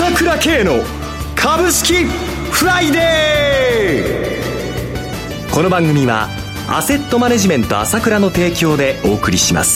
朝倉慶の株式フライデー。この番組はアセットマネジメント朝倉の提供でお送りします。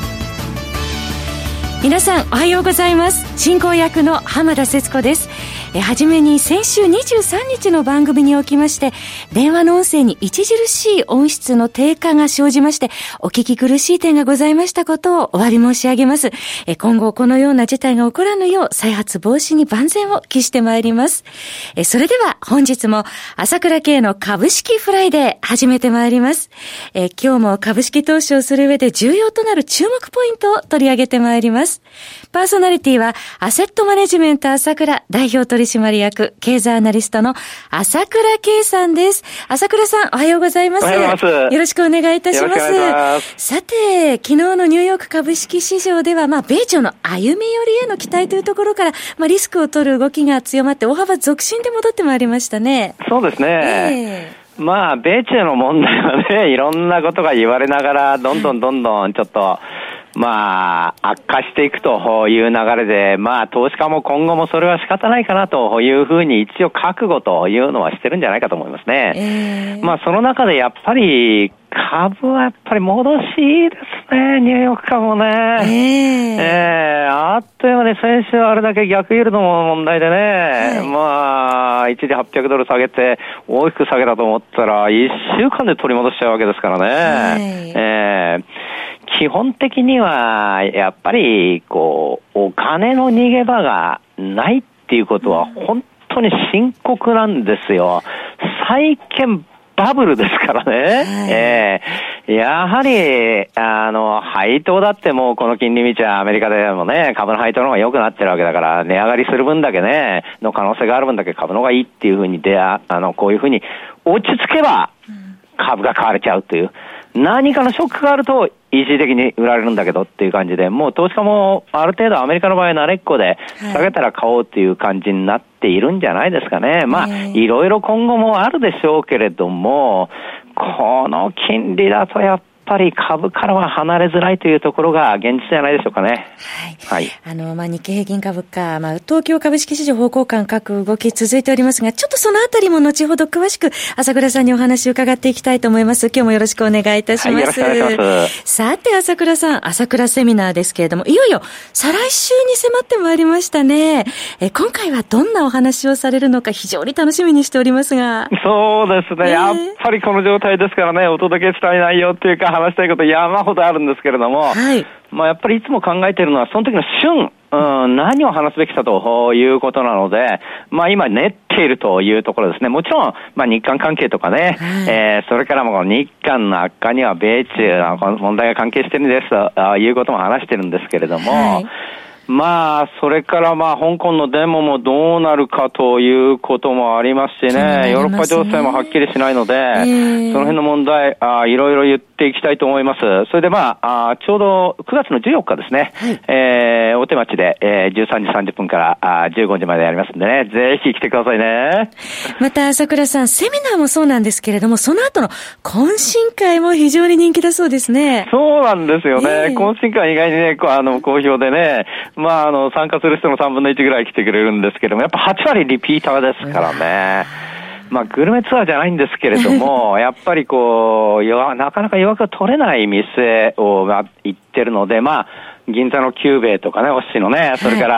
皆さんおはようございます。進行役の浜田節子です。はじめに先週23日の番組におきまして、電話の音声に著しい音質の低下が生じまして、お聞き苦しい点がございましたことをお詫び申し上げます。今後このような事態が起こらぬよう再発防止に万全を期してまいります。それでは本日も朝倉慶の株式フライデー始めてまいります。今日も株式投資をする上で重要となる注目ポイントを取り上げてまいります。パーソナリティはアセットマネジメント朝倉代表取締役経済アナリストの朝倉慶さんです。朝倉さんおはようございます。 おはようございます。 よろしくお願いいたします。さて、昨日のニューヨーク株式市場では米朝の歩み寄りへの期待というところから、リスクを取る動きが強まって大幅続伸で戻ってまいりましたね。 そうですね。米中の問題はね、いろんなことが言われながら、どんどんちょっと、悪化していくという流れで、投資家も今後もそれは仕方ないかなというふうに一応覚悟というのはしてるんじゃないかと思いますね。その中でやっぱり株はやっぱり戻しいいですね、ニューヨーク株もね。あっという間に先週あれだけ逆イールドの問題でね、一時800ドル下げて大きく下げたと思ったら1週間で取り戻しちゃうわけですからね。基本的にはやっぱりお金の逃げ場がないっていうことは本当に深刻なんですよ。債券バブルですからね。やはり配当だってもうこの金利見ちゃアメリカでもね、株の配当の方が良くなってるわけだから、値上がりする分だけねの可能性がある分だけ株の方がいいっていうふうにこういうふうに落ち着けば株が買われちゃうという、何かのショックがあると一時的に売られるんだけどっていう感じで、もう投資家もある程度アメリカの場合は慣れっこで下げたら買おうっていう感じになっているんじゃないですかね。いろいろ今後もあるでしょうけれども、この金利だとやっぱり株からは離れづらいというところが現実じゃないでしょうかね。 日経平均株価、東京株式市場方向感各動き続いておりますが、ちょっとそのあたりも後ほど詳しく朝倉さんにお話を伺っていきたいと思います。今日もよろしくお願いいたします。 よろしくお願いします。 さて朝倉さん、朝倉セミナーですけれども、いよいよ再来週に迫ってまいりましたね。今回はどんなお話をされるのか非常に楽しみにしておりますが。 そうですね。やっぱりこの状態ですからね、お届けしたい内容っていうか話したいこと山ほどあるんですけれども、やっぱりいつも考えているのはその時の旬、何を話すべきかということなので、今練っているというところですね。もちろん、日韓関係とかね、それからも日韓の悪化には米中の問題が関係しているんですということも話してるんですけれども、それから香港のデモもどうなるかということもありますしね、ヨーロッパ情勢もはっきりしないので、その辺の問題、いろいろ言っていきたいと思います。それでちょうど9月の14日ですね、大手町で、13時30分から15時までやりますんでね、ぜひ来てくださいね。 また朝倉さん、セミナーもそうなんですけれども、その後の懇親会も非常に人気だそうですね。 そうなんですよね。懇親会意外にね、好評でね、参加する人の3分の1ぐらい来てくれるんですけども、やっぱ8割リピーターですからね。グルメツアーじゃないんですけれども、やっぱりなかなか予約が取れない店を行ってるので、銀座のキューベイとかね、お寿司のね、それから、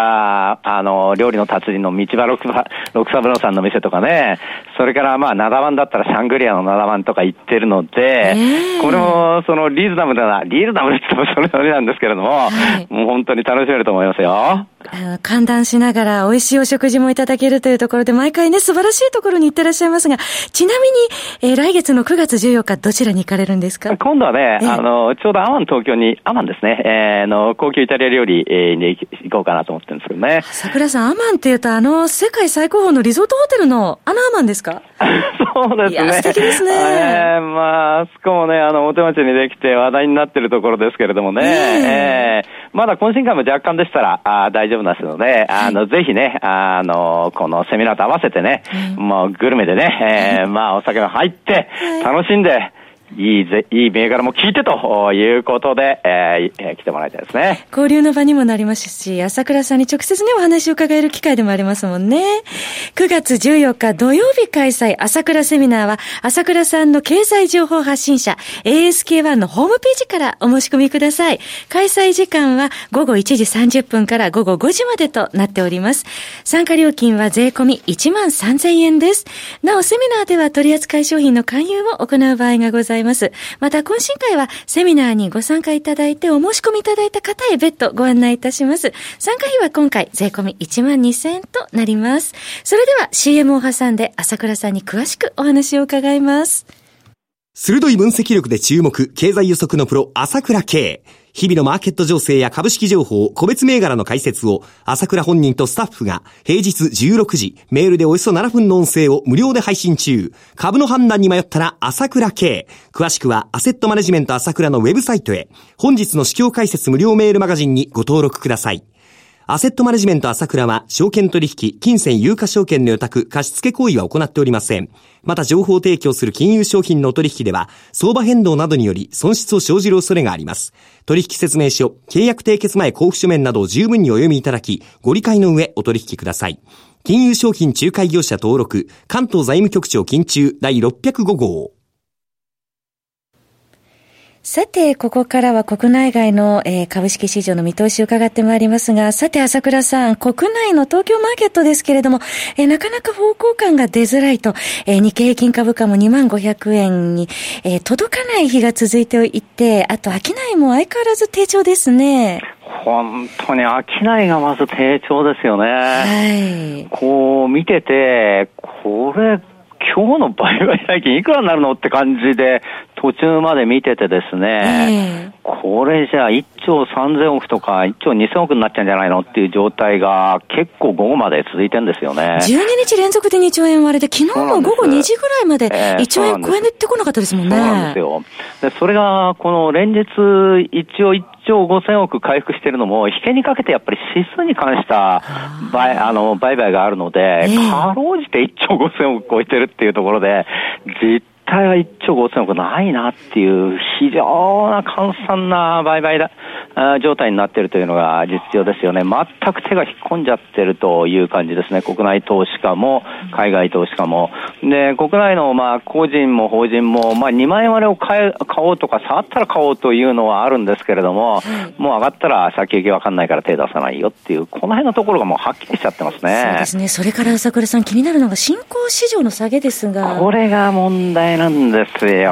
料理の達人の道場六三郎さんの店とかね、それからナダワンだったらシャングリアのナダワンとか行ってるので、これもリーズナブルって言ってもそれなりなんですけれども、もう本当に楽しめると思いますよ。 寒暖しながら美味しいお食事もいただけるというところで、毎回ね、素晴らしいところに行ってらっしゃいますが、ちなみに、来月の9月14日、どちらに行かれるんですか？ 今度はね、ちょうどアマンですね、高級イタリア料理に行こうかなと思ってるんですけどね。 桜さん、アマンって言うと世界最高峰のリゾートホテルのアマンですか？ そうですね。 いや、素敵ですね。 あそこもね、大手町にできて話題になってるところですけれどもね、まだ懇親会も若干でしたら大丈夫ですので、ぜひね、このセミナーと合わせてね、もうグルメでね、お酒が入って楽しんでいい銘柄も聞いてということで、来てもらいたいですね。 交流の場にもなりますし、朝倉さんに直接ね、お話を伺える機会でもありますもんね。9月14日土曜日開催、朝倉セミナーは、朝倉さんの経済情報発信者、ASK-1 のホームページからお申し込みください。開催時間は午後1時30分から午後5時までとなっております。参加料金は税込み13,000円です。なお、セミナーでは取扱い商品の勧誘を行う場合がございます。また、懇親会はセミナーにご参加いただいてお申し込みいただいた方へ別途ご案内いたします。参加費は今回税込み12,000円となります。それでは CM を挟んで朝倉さんに詳しくお話を伺います。 鋭い分析力で注目、経済予測のプロ、朝倉慶。日々のマーケット情勢や株式情報、個別銘柄の解説を、朝倉本人とスタッフが、平日16時、メールでおよそ7分の音声を無料で配信中。株の判断に迷ったら、朝倉慶。詳しくは、アセットマネジメント朝倉のウェブサイトへ、本日の市況解説無料メールマガジンにご登録ください。アセットマネジメント朝倉は、証券取引、金銭有価証券の予託、貸付行為は行っておりません。また、情報提供する金融商品の取引では、相場変動などにより損失を生じる恐れがあります。取引説明書、契約締結前交付書面などを十分にお読みいただき、ご理解の上お取引ください。金融商品仲介業者登録、関東財務局長金中第605号。 さて、ここからは国内外の、株式市場の見通しを伺ってまいりますが、さて朝倉さん、国内の東京マーケットですけれども、なかなか方向感が出づらいと、日経平均株価も25,000円に、届かない日が続いていて、あと商いも相変わらず低調ですね。 本当に商いがまず低調ですよね。 はい。 こう見てて、これ今日の売買代金いくらになるのって感じで途中まで見ててですね、これじゃあ1兆3000億とか1兆2000億になっちゃうんじゃないのっていう状態が結構午後まで続いてるんですよね。 12日連続で2兆円割れで、昨日も午後2時ぐらいまで1兆円超えてこなかったですもんね。 そうなんですよ。で、それがこの連日一応1兆5000億回復しているのも引けにかけてやっぱり指数に関した売買があるので、かろうじて1兆5000億超えてるっていうところで、実態は1兆5000億ないなっていう非常な簡単な売買状態になっているというのが実情ですよね。全く手が引っ込んじゃってるという感じですね。国内投資家も海外投資家も。で、国内の個人も法人も2万円割れを買おうとか下がったら買おうというのはあるんですけれども、もう上がったら先行きわかんないから手出さないよっていう、この辺のところがもうはっきりしちゃってますね。 そうですね。それから朝倉さん気になるのが新興市場の下げですが、 これが問題なんですよ。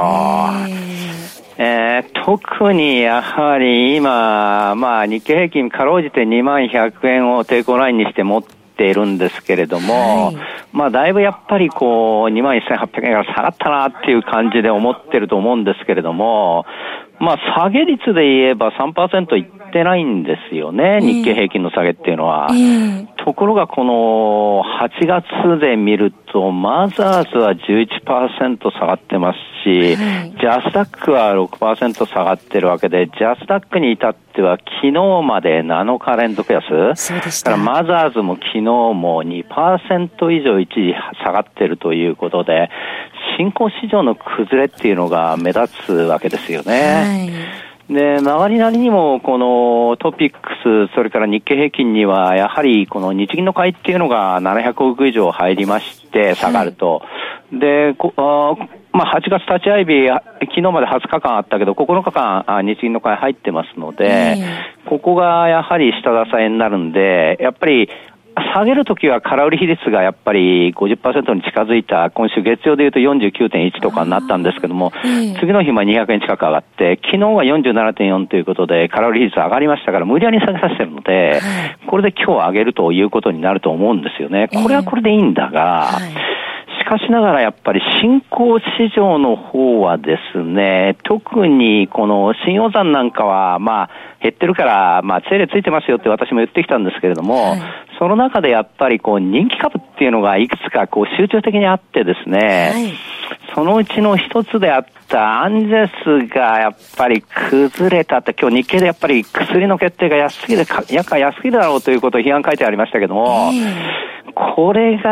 特にやはり今、日経平均かろうじて21,000円を抵抗ラインにして持っているんですけれども、だいぶやっぱり21,800円から下がったなっていう感じで思ってると思うんですけれども、下げ率で言えば 3% いってないんですよね、日経平均の下げっていうのは。ところがこの8月で見ると、マザーズは 11% 下がってますし、ジャスダックは 6% 下がってるわけで、ジャスダックに至っては昨日まで7日連続安。 そうでした。 だからマザーズも昨日も 2% 以上一時下がってるということで、新興市場の崩れっていうのが目立つわけですよね。で、周りなりにもこのトピックス、それから日経平均にはやはりこの日銀の買いっていうのが700億以上入りまして下がると。で、8月立ち会い日、昨日まで20日間あったけど、9日間日銀の買い入ってますので、ここがやはり下支えになるんで、やっぱり下げるときは空売り比率がやっぱり 50% に近づいた、今週月曜で言うと 49.1 とかになったんですけども、次の日も200円近く上がって、昨日は 47.4 ということで空売り比率上がりましたから無理やり下げさせてるので、これで今日上げるということになると思うんですよね。これはこれでいいんだが、しかしながらやっぱり新興市場の方はですね、特にこの信用残なんかは減ってるから手入れついてますよって私も言ってきたんですけれども、その中でやっぱり人気株っていうのがいくつか集中的にあってですね、そのうちの一つであったアンジェスがやっぱり崩れたって、今日日経でやっぱり薬の決定が安すぎるだろうということを批判書いてありましたけども、これがやっ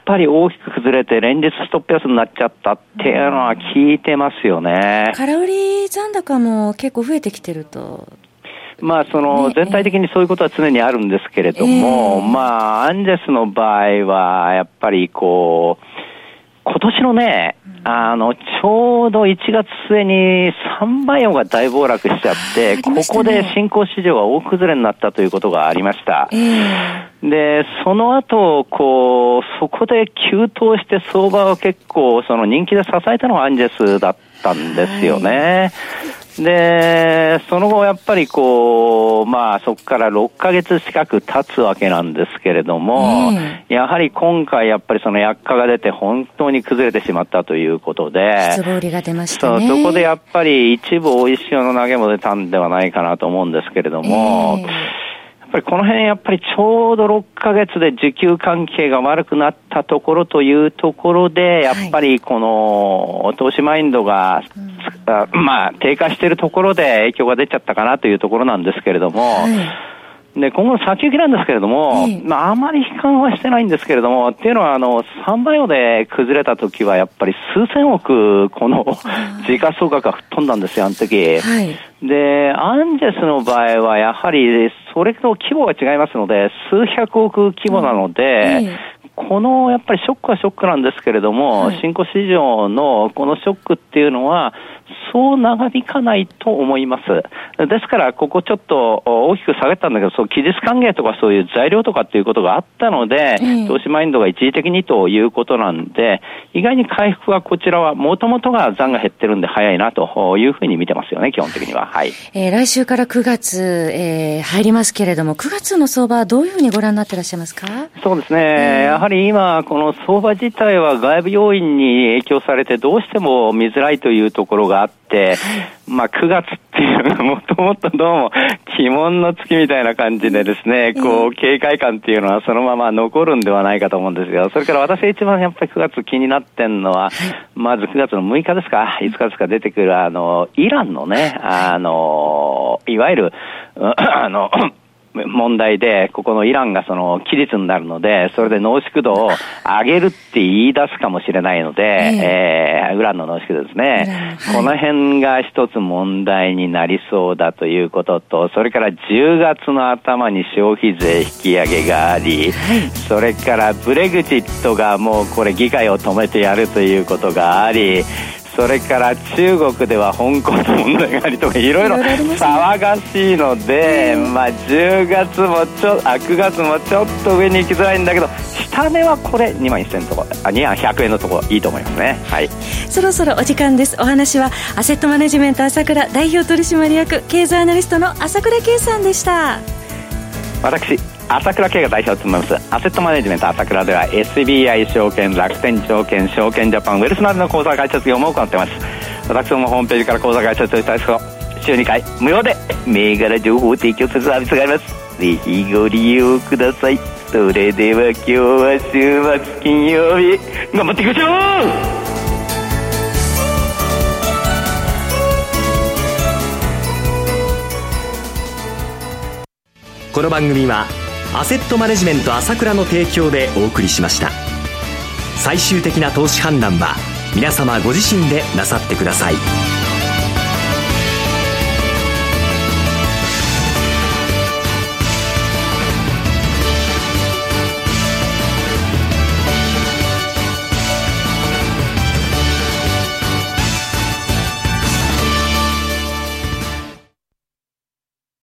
ぱり大きく崩れて連日ストップ安になっちゃったっていうのは聞いてますよね。 空売り残高も結構増えてきてると。 まあ全体的にそういうことは常にあるんですけれども、まあアンジェスの場合はやっぱり今年のね、ちょうど1月末に3バイオが大暴落しちゃって、ここで新興市場が大崩れになったということがありました。で、その後、そこで急騰して相場は結構人気で支えたのがアンジェスだったんですよね。で、その後やっぱりまあそこから6ヶ月近く経つわけなんですけれども、やはり今回やっぱり薬価が出て本当に崩れてしまったということで、 失望売りが出ましたね。 そこでやっぱり一部大石潮の投げも出たんではないかなと思うんですけれども、やっぱりこの辺やっぱりちょうど6ヶ月で需給関係が悪くなったところというところで、やっぱりこの投資マインドが、まあ低下しているところで影響が出ちゃったかなというところなんですけれども、で、今後の先行きなんですけれども、まあ、あまり悲観はしてないんですけれども、っていうのは、3バイオで崩れた時は、やっぱり数千億、この、時価総額が吹っ飛んだんですよ、あの時。で、アンジェスの場合は、やはり、それと規模が違いますので、数百億規模なので、この、やっぱりショックはショックなんですけれども、新興市場のこのショックっていうのは、そう長引かないと思います。ですから、ここちょっと大きく下げたんだけど、期日還元とかそういう材料とかっていうことがあったので、投資マインドが一時的にということなんで、意外に回復はこちらは、もともとが残が減ってるんで早いなというふうに見てますよね、基本的には。はい。 来週から9月、入りますけれども、9月の相場はどういうふうにご覧になってらっしゃいますか？ そうですね。やはり今、この相場自体は外部要因に影響されて、どうしても見づらいというところがあって、まあ9月っていうのはもともとどうも鬼門の月みたいな感じでですね、警戒感っていうのはそのまま残るんではないかと思うんですよ。それから私が一番やっぱり9月気になってんのは、まず9月の6日ですか、5日ですか出てくるイランのね、いわゆる、問題で、ここのイランが期日になるので、それで濃縮度を上げるって言い出すかもしれないので、ウランの濃縮度ですね。この辺が一つ問題になりそうだということと、それから10月の頭に消費税引き上げがあり、それからブレグジットがもうこれ議会を止めてやるということがあり、それから中国では香港の問題がありとかいろいろ騒がしいので、まあ9月もちょっと上に行きづらいんだけど、下値はこれ2万1000円のところ、2万100円のところいいと思いますね。はい。 そろそろお時間です。お話はアセットマネジメント朝倉代表取締役経済アナリストの朝倉圭さんでした。 私朝倉圭が代表を務めますアセットマネジメント朝倉では SBI 証券、楽天証券、証券ジャパン、ウェルスなどの口座開設業務を行っています。私どもホームページから口座開設をいただくと週2回無料で銘柄情報を提供するサービスがあります。ぜひご利用ください。それでは今日は週末金曜日頑張っていきましょう。 この番組はアセットマネジメント朝倉の提供でお送りしました。最終的な投資判断は皆様ご自身でなさってください。